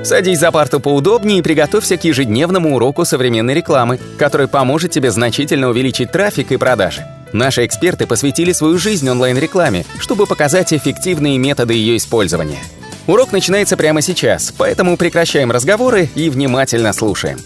Садись за парту поудобнее и приготовься к ежедневному уроку современной рекламы, который поможет тебе значительно увеличить трафик и продажи. Наши эксперты посвятили свою жизнь онлайн-рекламе, чтобы показать эффективные методы ее использования. Урок начинается прямо сейчас, поэтому прекращаем разговоры и внимательно слушаем.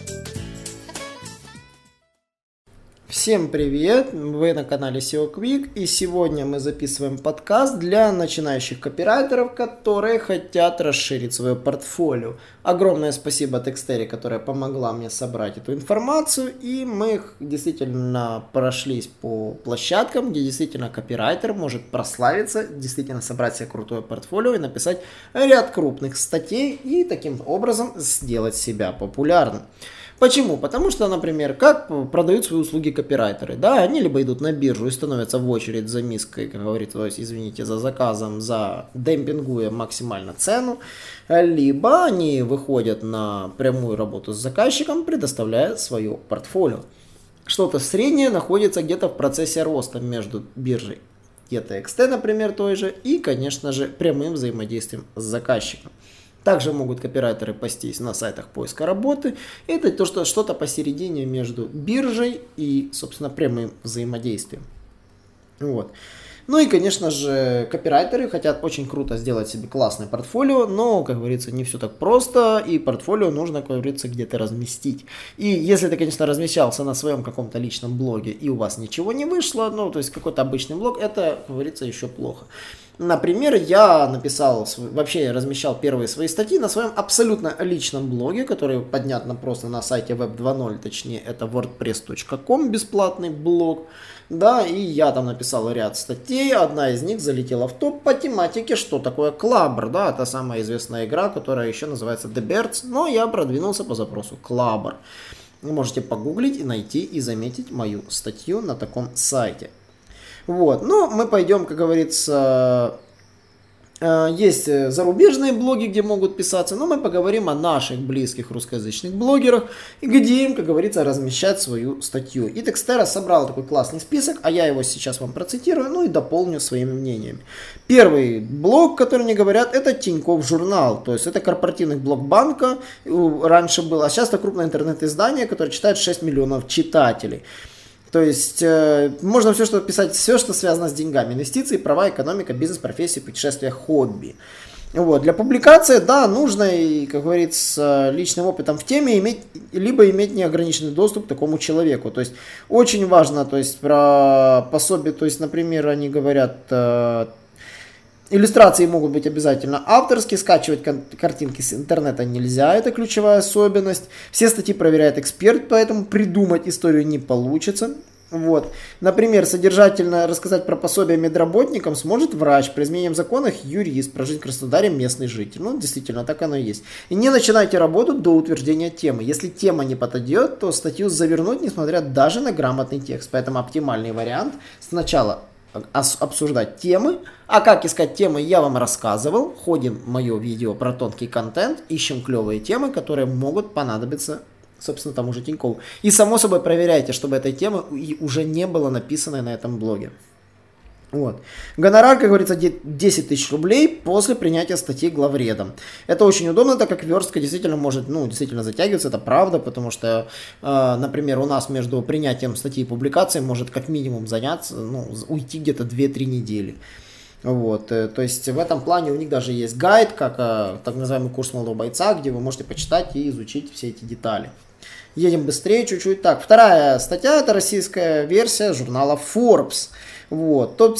Всем привет! Вы на канале SEO Quick, и сегодня мы записываем подкаст для начинающих копирайтеров, которые хотят расширить свое портфолио. Огромное спасибо Текстере, которая помогла мне собрать эту информацию, и мы действительно прошлись по площадкам, где действительно копирайтер может прославиться, действительно собрать себе крутое портфолио и написать ряд крупных статей и таким образом сделать себя популярным. Почему? Потому что, например, как продают свои услуги копирайтеры, да, они либо идут на биржу и становятся в очередь за миской, как говорится, то есть, извините, за заказом, за демпингуя максимально цену, либо они выходят на прямую работу с заказчиком, предоставляя свое портфолио. Что-то среднее находится где-то в процессе роста между биржей ETXT, например, той же, и, конечно же, прямым взаимодействием с заказчиком. Также могут копирайтеры пастись на сайтах поиска работы. Это то, что что-то посередине между биржей и, собственно, прямым взаимодействием. Вот. Ну и, конечно же, копирайтеры хотят очень круто сделать себе классное портфолио, но, как говорится, не все так просто, и портфолио нужно, как говорится, где-то разместить. И если ты, конечно, размещался на своем каком-то личном блоге, и у вас ничего не вышло, ну, то есть какой-то обычный блог, это, как говорится, еще плохо. Например, я написал, вообще размещал первые свои статьи на своем абсолютно личном блоге, который поднят просто на сайте web 2.0, точнее это wordpress.com, бесплатный блог. Да, и я там написал ряд статей, одна из них залетела в топ по тематике, что такое Клабр, да, это самая известная игра, которая еще называется The Birds, но я продвинулся по запросу Клабр. Вы можете погуглить и найти и заметить мою статью на таком сайте. Вот, ну, мы пойдем, как говорится, есть зарубежные блоги, где могут писаться, но мы поговорим о наших близких русскоязычных блогерах, где им, как говорится, размещать свою статью. И Текстера собрал такой классный список, а я его сейчас вам процитирую, ну и дополню своими мнениями. Первый блог, который мне говорят, это Тинькофф журнал, то есть это корпоративный блог банка, раньше был, а сейчас это крупное интернет-издание, которое читает 6 миллионов читателей. То есть можно все, что писать, все, что связано с деньгами, инвестиции, права, экономика, бизнес, профессия, путешествия, хобби. Вот. Для публикации, да, нужно, и, как говорится, личным опытом в теме иметь, либо иметь неограниченный доступ к такому человеку. То есть очень важно, то есть про пособие, то есть, например, они говорят... Иллюстрации могут быть обязательно авторские, скачивать картинки с интернета нельзя, это ключевая особенность. Все статьи проверяет эксперт, поэтому придумать историю не получится. Вот. Например, содержательно рассказать про пособие медработникам сможет врач, при изменении в законах юрист, прожить в Краснодаре местный житель. Ну, действительно, так оно и есть. И не начинайте работу до утверждения темы. Если тема не подойдет, то статью завернуть, несмотря даже на грамотный текст. Поэтому оптимальный вариант сначала обсуждать темы, а как искать темы я вам рассказывал, ходим в мое видео про тонкий контент, ищем клевые темы, которые могут понадобиться, собственно, тому же Тинькову. И само собой проверяйте, чтобы этой темы уже не было написанной на этом блоге. Вот. Гонорар, как говорится, 10 тысяч рублей после принятия статьи главредом. Это очень удобно, так как верстка действительно может, действительно затягиваться, это правда, потому что, например, у нас между принятием статьи и публикацией может как минимум заняться, уйти где-то 2-3 недели. Вот, то есть в этом плане у них даже есть гайд, как так называемый курс молодого бойца, где вы можете почитать и изучить все эти детали. Едем быстрее чуть-чуть. Так, вторая статья, это российская версия журнала Forbes. Вот, тот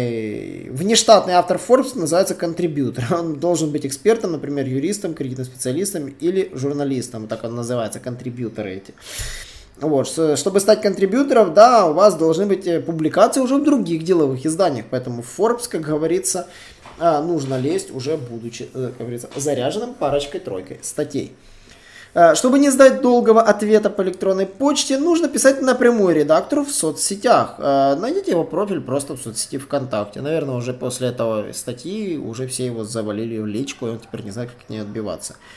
самый внештатный автор Forbes называется контрибьютор. Он должен быть экспертом, например, юристом, кредитным специалистом или журналистом. Так он называется, контрибьюторы эти. Вот, чтобы стать контрибьютором, да, у вас должны быть публикации уже в других деловых изданиях. Поэтому в Forbes, как говорится, нужно лезть уже будучи, как говорится, заряженным парочкой-тройкой статей. Чтобы не ждать долгого ответа по электронной почте, нужно писать напрямую редактору в соцсетях. Найдите его профиль просто в соцсети ВКонтакте. Наверное, уже после этого статьи уже все его завалили в личку, и он теперь не знает, как от нее отбиваться.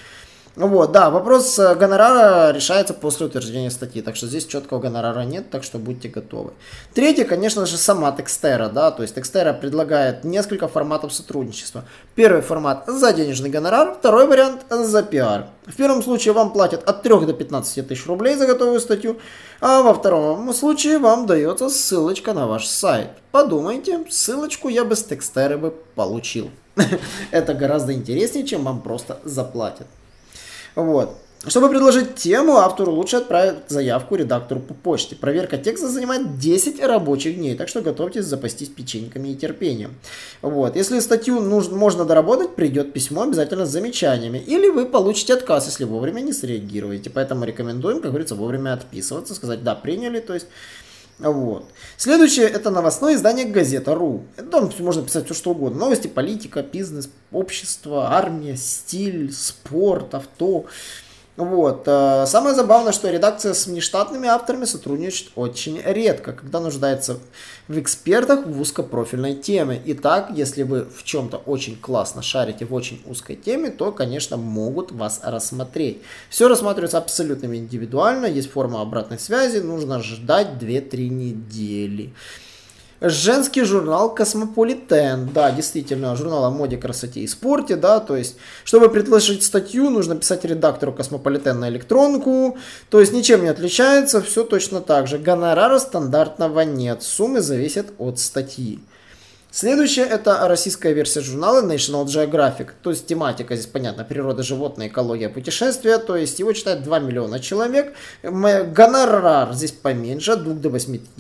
Вот, да, вопрос гонорара решается после утверждения статьи, так что здесь четкого гонорара нет, так что будьте готовы. Третье, конечно же, сама Textera, да, то есть Textera предлагает несколько форматов сотрудничества. Первый формат за денежный гонорар, второй вариант за пиар. В первом случае вам платят от 3 до 15 тысяч рублей за готовую статью, а во втором случае вам дается ссылочка на ваш сайт. Подумайте, ссылочку я бы с Textera бы получил. Это гораздо интереснее, чем вам просто заплатят. Вот. Чтобы предложить тему, автору лучше отправить заявку редактору по почте. Проверка текста занимает 10 рабочих дней, так что готовьтесь запастись печеньками и терпением. Вот. Если статью можно доработать, придет письмо обязательно с замечаниями. Или вы получите отказ, если вовремя не среагируете. Поэтому рекомендуем, как говорится, вовремя отписываться, сказать «да, приняли», то есть... Вот. Следующее это новостное издание Газета.ру. Там можно писать все что угодно. Новости, политика, бизнес, общество, армия, стиль, спорт, авто. Вот. Самое забавное, что редакция с внештатными авторами сотрудничает очень редко, когда нуждается в экспертах в узкопрофильной теме. Итак, если вы в чем-то очень классно шарите в очень узкой теме, то, конечно, могут вас рассмотреть. Все рассматривается абсолютно индивидуально, есть форма обратной связи, нужно ждать 2-3 недели. Женский журнал Космополитен, да, действительно, журнал о моде, красоте и спорте, да, то есть, чтобы предложить статью, нужно писать редактору Космополитен на электронку, то есть, ничем не отличается, все точно так же, гонорара стандартного нет, суммы зависят от статьи. Следующее это российская версия журнала National Geographic, то есть тематика здесь понятно, природа, животные, экология, путешествия, то есть его читает 2 миллиона человек, гонорар здесь поменьше, от 2 до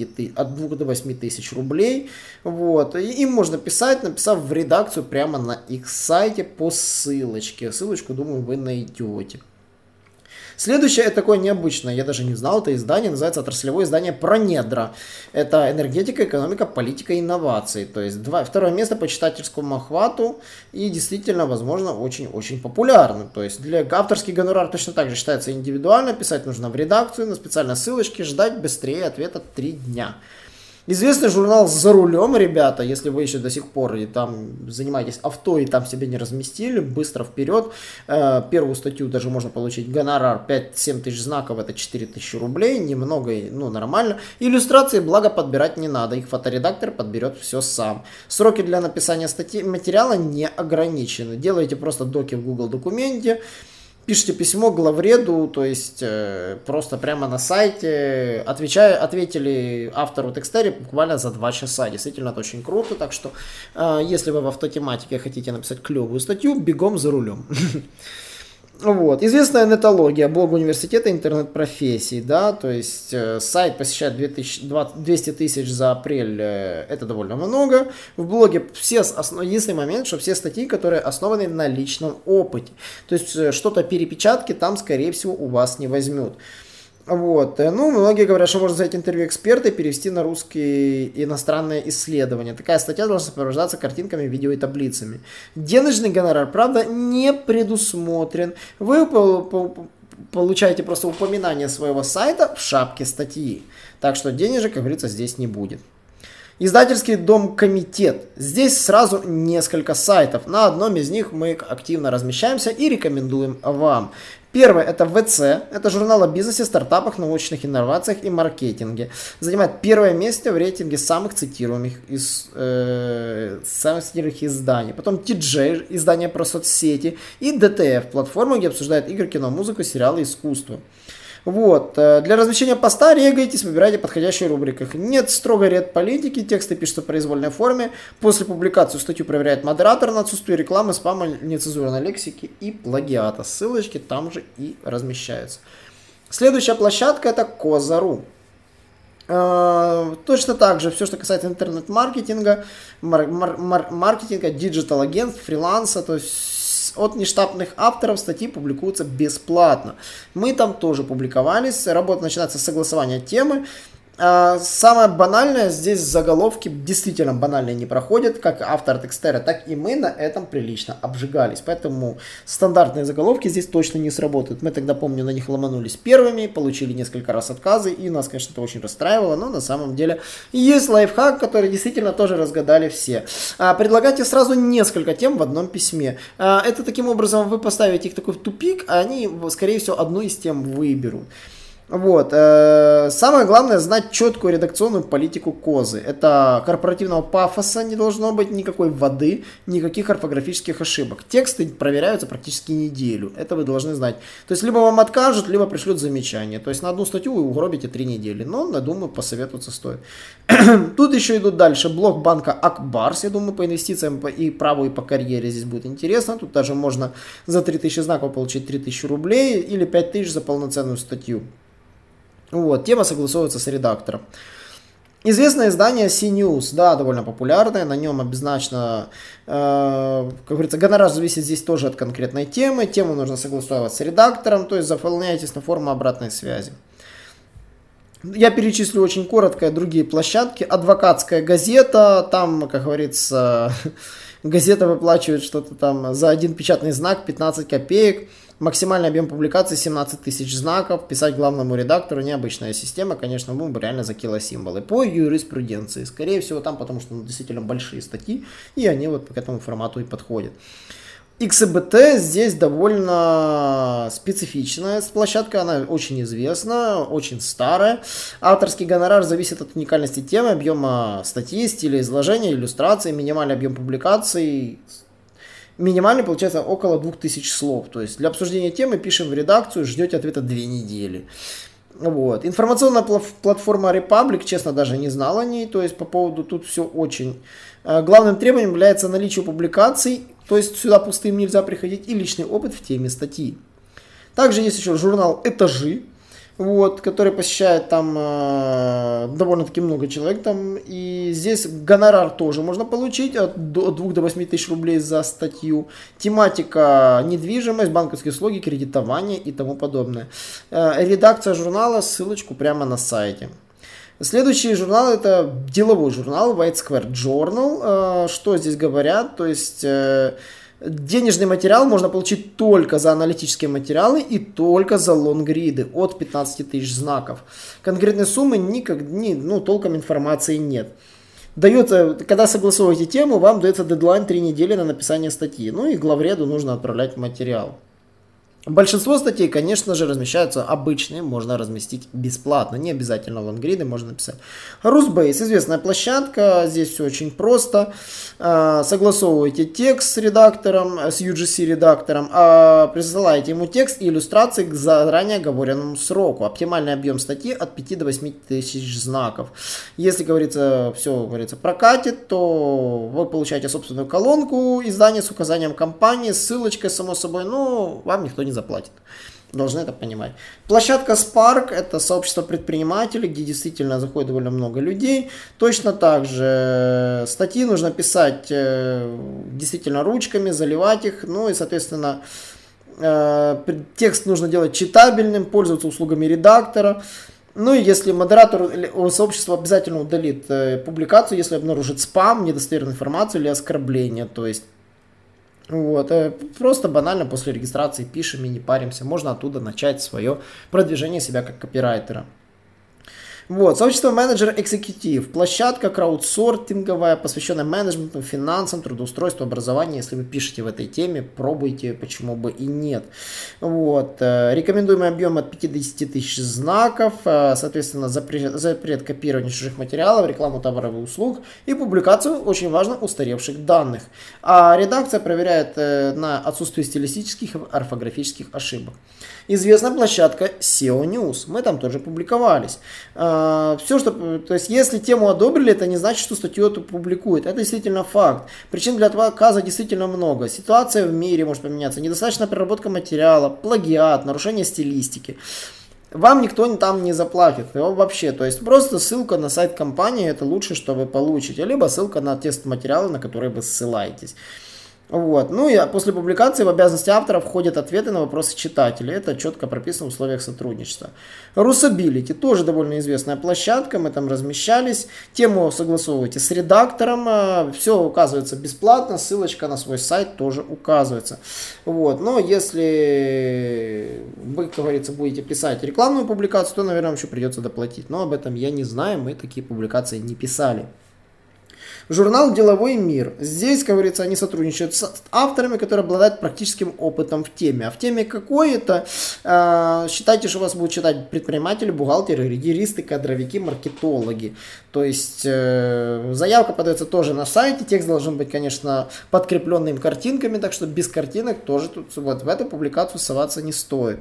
8 тысяч рублей, вот, и им можно писать, написав в редакцию прямо на их сайте по ссылочке, ссылочку, думаю, вы найдете. Следующее, это такое необычное, я даже не знал, это издание, называется отраслевое издание про недра. Это энергетика, экономика, политика, инновации. То есть второе место по читательскому охвату и действительно, возможно, очень-очень популярно. То есть для авторский гонорар точно так же считается индивидуально, писать нужно в редакцию, на специальной ссылочке, ждать быстрее ответа 3 дня. Известный журнал «За рулем», ребята, если вы еще до сих пор и там занимаетесь авто и там себе не разместили, быстро вперед. Первую статью даже можно получить гонорар 5-7 тысяч знаков, это 4 тысячи рублей, немного, ну нормально. Иллюстрации, благо, подбирать не надо, их фоторедактор подберет все сам. Сроки для написания статьи материала не ограничены. Делаете просто доки в Google документе. Пишите письмо главреду, то есть просто прямо на сайте, ответили автору Textera буквально за 2 часа. Действительно, это очень круто, так что если вы в автотематике хотите написать клевую статью, бегом за рулем. Вот. Известная нетология, блог университета интернет-профессий, да, то есть сайт посещает 200 тысяч за апрель, это довольно много. В блоге единственный момент, что все статьи, которые основаны на личном опыте, то есть что-то перепечатки там, скорее всего, у вас не возьмут. Вот. Ну, многие говорят, что можно взять интервью эксперта и перевести на русский иностранное исследование. Такая статья должна сопровождаться картинками, видео и таблицами. Денежный гонорар, правда, не предусмотрен. Вы получаете просто упоминание своего сайта в шапке статьи. Так что денежек, как говорится, здесь не будет. Издательский дом «Комитет». Здесь сразу несколько сайтов. На одном из них мы активно размещаемся и рекомендуем вам. Первое это ВЦ, это журнал о бизнесе, стартапах, научных инновациях и маркетинге. Занимает первое место в рейтинге самых цитируемых изданий. Потом TJ, издание про соцсети, и DTF, платформа, где обсуждают игры, кино, музыку, сериалы, искусство. Вот. Для размещения поста регайтесь, выбирайте подходящую рубрику. Нет строго ряд политики, тексты пишутся в произвольной форме. После публикации статью проверяет модератор на отсутствие рекламы, спама, нецензурной лексики и плагиата. Ссылочки там же и размещаются. Следующая площадка это Коза.ру. Точно так же все, что касается интернет-маркетинга, маркетинга, диджитал-агентств, фриланса, то есть от нештатных авторов статьи публикуются бесплатно. Мы там тоже публиковались. Работа начинается с согласования темы. Самое банальное, здесь заголовки действительно банальные не проходят, как автор текстера, так и мы на этом прилично обжигались, поэтому стандартные заголовки здесь точно не сработают. Мы тогда, помню, на них ломанулись первыми, получили несколько раз отказы, и нас, конечно, это очень расстраивало, но на самом деле есть лайфхак, который действительно тоже разгадали все. Предлагайте сразу несколько тем в одном письме. Это таким образом вы поставите их такой в тупик, а они, скорее всего, одну из тем выберут. Вот. Самое главное знать четкую редакционную политику Козы. Это корпоративного пафоса не должно быть, никакой воды, никаких орфографических ошибок. Тексты проверяются практически неделю. Это вы должны знать. То есть, либо вам откажут, либо пришлют замечание. То есть, на одну статью вы угробите 3 недели. Но, я думаю, посоветоваться стоит. Тут еще идут дальше. Блог банка Акбарс. Я думаю, по инвестициям и праву, и по карьере здесь будет интересно. Тут даже можно за 3000 знаков получить 3000 рублей или 5000 за полноценную статью. Вот, тема согласовывается с редактором. Известное издание CNews, да, довольно популярное, на нем обозначено, как говорится, гонорар зависит здесь тоже от конкретной темы, тему нужно согласовывать с редактором, то есть заполняйтесь на форму обратной связи. Я перечислю очень коротко другие площадки. Адвокатская газета, там, как говорится, газета выплачивает что-то там за один печатный знак 15 копеек. Максимальный объем публикаций 17 тысяч знаков. Писать главному редактору необычная система. Конечно, мы бы реально за килосимволы. По юриспруденции. Скорее всего там, потому что действительно большие статьи. И они вот к этому формату и подходят. XBT здесь довольно специфичная площадка, она очень известна, очень старая. Авторский гонорар зависит от уникальности темы, объема статьи, стиля изложения, иллюстрации, минимальный объем публикаций. Минимальный получается около 2000 слов. То есть для обсуждения темы пишем в редакцию, ждете ответа 2 недели. Вот. Информационная платформа Republic, честно, даже не знал о ней. То есть по поводу тут все очень... Главным требованием является наличие публикаций. То есть сюда пустым нельзя приходить. И личный опыт в теме статьи. Также есть еще журнал «Этажи», вот, который посещает там довольно-таки много человек. Там, и здесь гонорар тоже можно получить от 2 до 8 тысяч рублей за статью. Тематика недвижимость, банковские услуги, кредитование и тому подобное. Редакция журнала, ссылочку прямо на сайте. Следующий журнал — это деловой журнал White Square Journal. Что здесь говорят? То есть... денежный материал можно получить только за аналитические материалы и только за лонгриды от 15 тысяч знаков. Конкретной суммы толком информации нет. Дается, когда согласовываете тему, вам дается дедлайн 3 недели на написание статьи. Ну и главреду нужно отправлять материал. Большинство статей, конечно же, размещаются обычные, можно разместить бесплатно, не обязательно лонгриды, можно написать. Rusbase, известная площадка, здесь все очень просто. Согласовываете текст с редактором, с UGC редактором, присылаете ему текст и иллюстрации к заранее оговоренному сроку. Оптимальный объем статьи от 5 до 8 тысяч знаков. Если, все прокатит, то вы получаете собственную колонку, издание с указанием компании, ссылочкой, само собой, но вам никто не заплатит. Должны это понимать. Площадка Spark — это сообщество предпринимателей, где действительно заходит довольно много людей. Точно так же статьи нужно писать действительно ручками, заливать их. Ну и, соответственно, текст нужно делать читабельным, пользоваться услугами редактора. Ну и если модератор сообщества обязательно удалит публикацию, если обнаружит спам, недостоверную информацию или оскорбление. То есть вот, просто банально после регистрации пишем и не паримся. Можно оттуда начать свое продвижение себя как копирайтера. Вот, сообщество менеджер экзекутив, площадка краудсортинговая, посвященная менеджменту, финансам, трудоустройству, образованию. Если вы пишете в этой теме, пробуйте, почему бы и нет. Вот, рекомендуемый объем от 50 тысяч знаков, соответственно, запрет копирования чужих материалов, рекламу товаров и услуг и публикацию, очень важно, устаревших данных. А редакция проверяет на отсутствие стилистических и орфографических ошибок. Известная площадка SEO News, мы там тоже публиковались. Все, что, то есть, если тему одобрили, это не значит, что статью эту публикуют. Это действительно факт. Причин для отказа действительно много. Ситуация в мире может поменяться, недостаточная переработка материала, плагиат, нарушение стилистики. Вам никто там не заплатит вообще. То есть просто ссылка на сайт компании — это лучшее, что вы получите. Либо ссылка на тест материала, на который вы ссылаетесь. Вот. Ну и после публикации в обязанности автора входят ответы на вопросы читателей. Это четко прописано в условиях сотрудничества. Rusability тоже довольно известная площадка, мы там размещались. Тему согласовывайте с редактором, все указывается бесплатно, ссылочка на свой сайт тоже указывается. Вот. Но если вы, как говорится, будете писать рекламную публикацию, то, наверное, вам еще придется доплатить. Но об этом я не знаю, мы такие публикации не писали. Журнал «Деловой мир». Здесь, как говорится, они сотрудничают с авторами, которые обладают практическим опытом в теме. А в теме какой это? Считайте, что вас будут читать предприниматели, бухгалтеры, юристы, кадровики, маркетологи. То есть заявка подается тоже на сайте. Текст должен быть, конечно, подкрепленным картинками, так что без картинок тоже тут вот в эту публикацию соваться не стоит.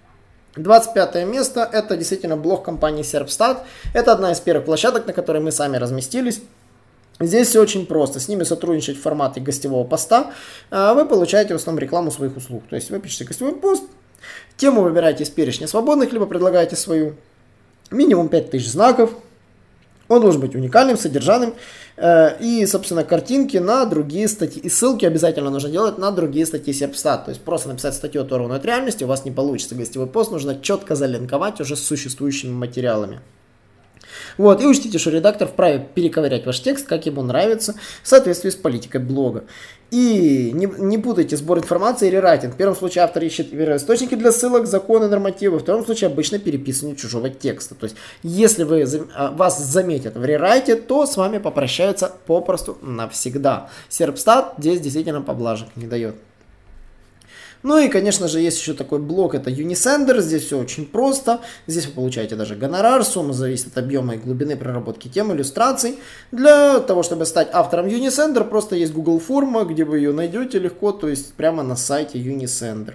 25 место – это действительно блог компании Serpstat. Это одна из первых площадок, на которой мы сами разместились. Здесь все очень просто. С ними сотрудничать в формате гостевого поста. Вы получаете в основном рекламу своих услуг. То есть вы пишете гостевой пост, тему выбираете из перечня свободных, либо предлагаете свою. Минимум 5000 знаков. Он должен быть уникальным, содержанным. И, собственно, картинки на другие статьи. И ссылки обязательно нужно делать на другие статьи Serpstat. То есть просто написать статью, оторванную от реальности, у вас не получится. Гостевой пост нужно четко залинковать уже с существующими материалами. Вот, и учтите, что редактор вправе перековырять ваш текст, как ему нравится, в соответствии с политикой блога. И не путайте сбор информации и рерайтинг. В первом случае автор ищет источники для ссылок, законы, нормативы. В втором случае обычно переписывание чужого текста. То есть, если вас заметят в рерайте, то с вами попрощаются попросту навсегда. Serpstat здесь действительно поблажек не дает. Ну и, конечно же, есть еще такой блок, это Unisender, здесь все очень просто, здесь вы получаете даже гонорар, сумма зависит от объема и глубины проработки тем, иллюстраций. Для того, чтобы стать автором Unisender, просто есть Google форма, где вы ее найдете легко, то есть прямо на сайте Unisender.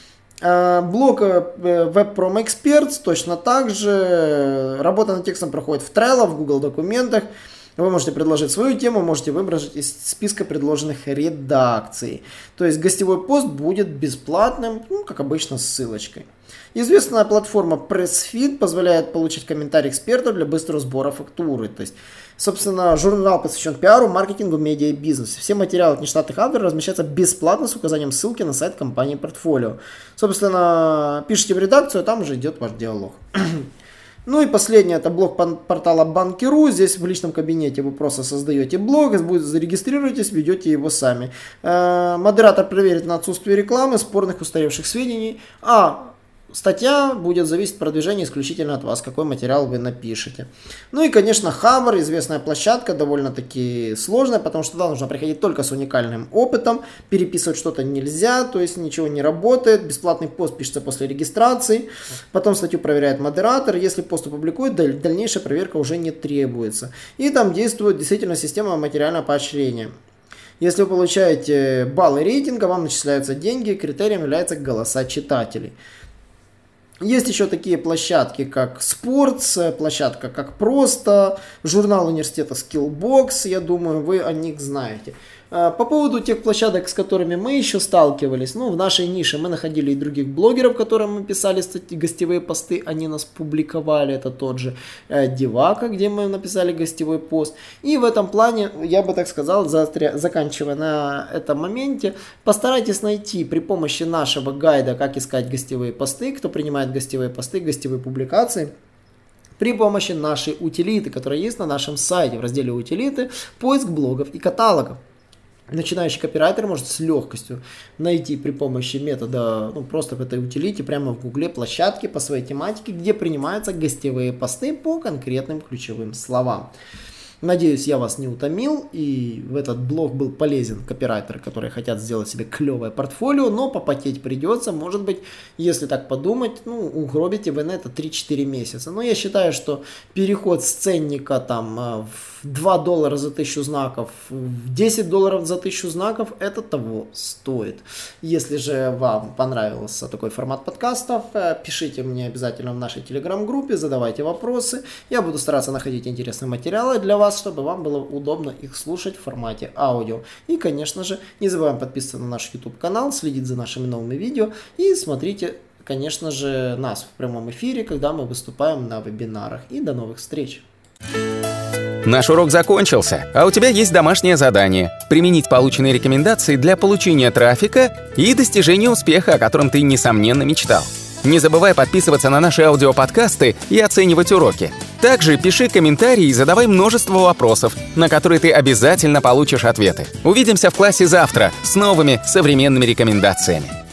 Блок WebProm Experts точно так же, работа над текстом проходит в Trello, в Google документах. Вы можете предложить свою тему, можете выбрать из списка предложенных редакций. То есть гостевой пост будет бесплатным, ну, как обычно, с ссылочкой. Известная платформа PressFit позволяет получить комментарий экспертов для быстрого сбора фактуры. То есть, собственно, журнал посвящен пиару, маркетингу, медиа и бизнесу. Все материалы от нештатных авторов размещаются бесплатно с указанием ссылки на сайт компании Портфолио. Собственно, пишите в редакцию, а там уже идет ваш диалог. Ну и последнее, это блог портала Банки.ру. Здесь в личном кабинете вы просто создаете блог, зарегистрируетесь, ведете его сами. Модератор проверит на отсутствие рекламы, спорных устаревших сведений, а статья будет зависеть продвижение исключительно от вас, какой материал вы напишете. Ну и, конечно, Хабр, известная площадка, довольно-таки сложная, потому что туда нужно приходить только с уникальным опытом, переписывать что-то нельзя, то есть ничего не работает, бесплатный пост пишется после регистрации, потом статью проверяет модератор, если пост опубликует, дальнейшая проверка уже не требуется. И там действует действительно система материального поощрения. Если вы получаете баллы рейтинга, вам начисляются деньги, критерием являются голоса читателей. Есть еще такие площадки, как Sports, площадка как Просто, журнал университета Skillbox, я думаю, вы о них знаете. По поводу тех площадок, с которыми мы еще сталкивались, ну, в нашей нише мы находили и других блогеров, которым мы писали гостевые посты, они нас публиковали, это тот же Девака, где мы написали гостевой пост. И в этом плане, я бы так сказал, заканчивая на этом моменте, постарайтесь найти при помощи нашего гайда, как искать гостевые посты, кто принимает гостевые посты, гостевые публикации, при помощи нашей утилиты, которая есть на нашем сайте в разделе утилиты, поиск блогов и каталогов. Начинающий копирайтер может с легкостью найти при помощи метода, ну, просто в этой утилите, прямо в гугле площадки по своей тематике, где принимаются гостевые посты по конкретным ключевым словам. Надеюсь, я вас не утомил, и в этот блог был полезен копирайтеры, которые хотят сделать себе клевое портфолио, но попотеть придется, может быть, если так подумать, ну, угробите вы на это 3-4 месяца. Но я считаю, что переход с ценника там в $2 за 1000 знаков, в $10 за 1000 знаков, это того стоит. Если же вам понравился такой формат подкастов, пишите мне обязательно в нашей телеграм-группе, задавайте вопросы, я буду стараться находить интересные материалы для вас, чтобы вам было удобно их слушать в формате аудио. И, конечно же, не забываем подписываться на наш YouTube канал, следить за нашими новыми видео и смотрите, конечно же, нас в прямом эфире, когда мы выступаем на вебинарах. И до новых встреч! Наш урок закончился, а у тебя есть домашнее задание – применить полученные рекомендации для получения трафика и достижения успеха, о котором ты, несомненно, мечтал. Не забывай подписываться на наши аудиоподкасты и оценивать уроки. Также пиши комментарии и задавай множество вопросов, на которые ты обязательно получишь ответы. Увидимся в классе завтра с новыми современными рекомендациями.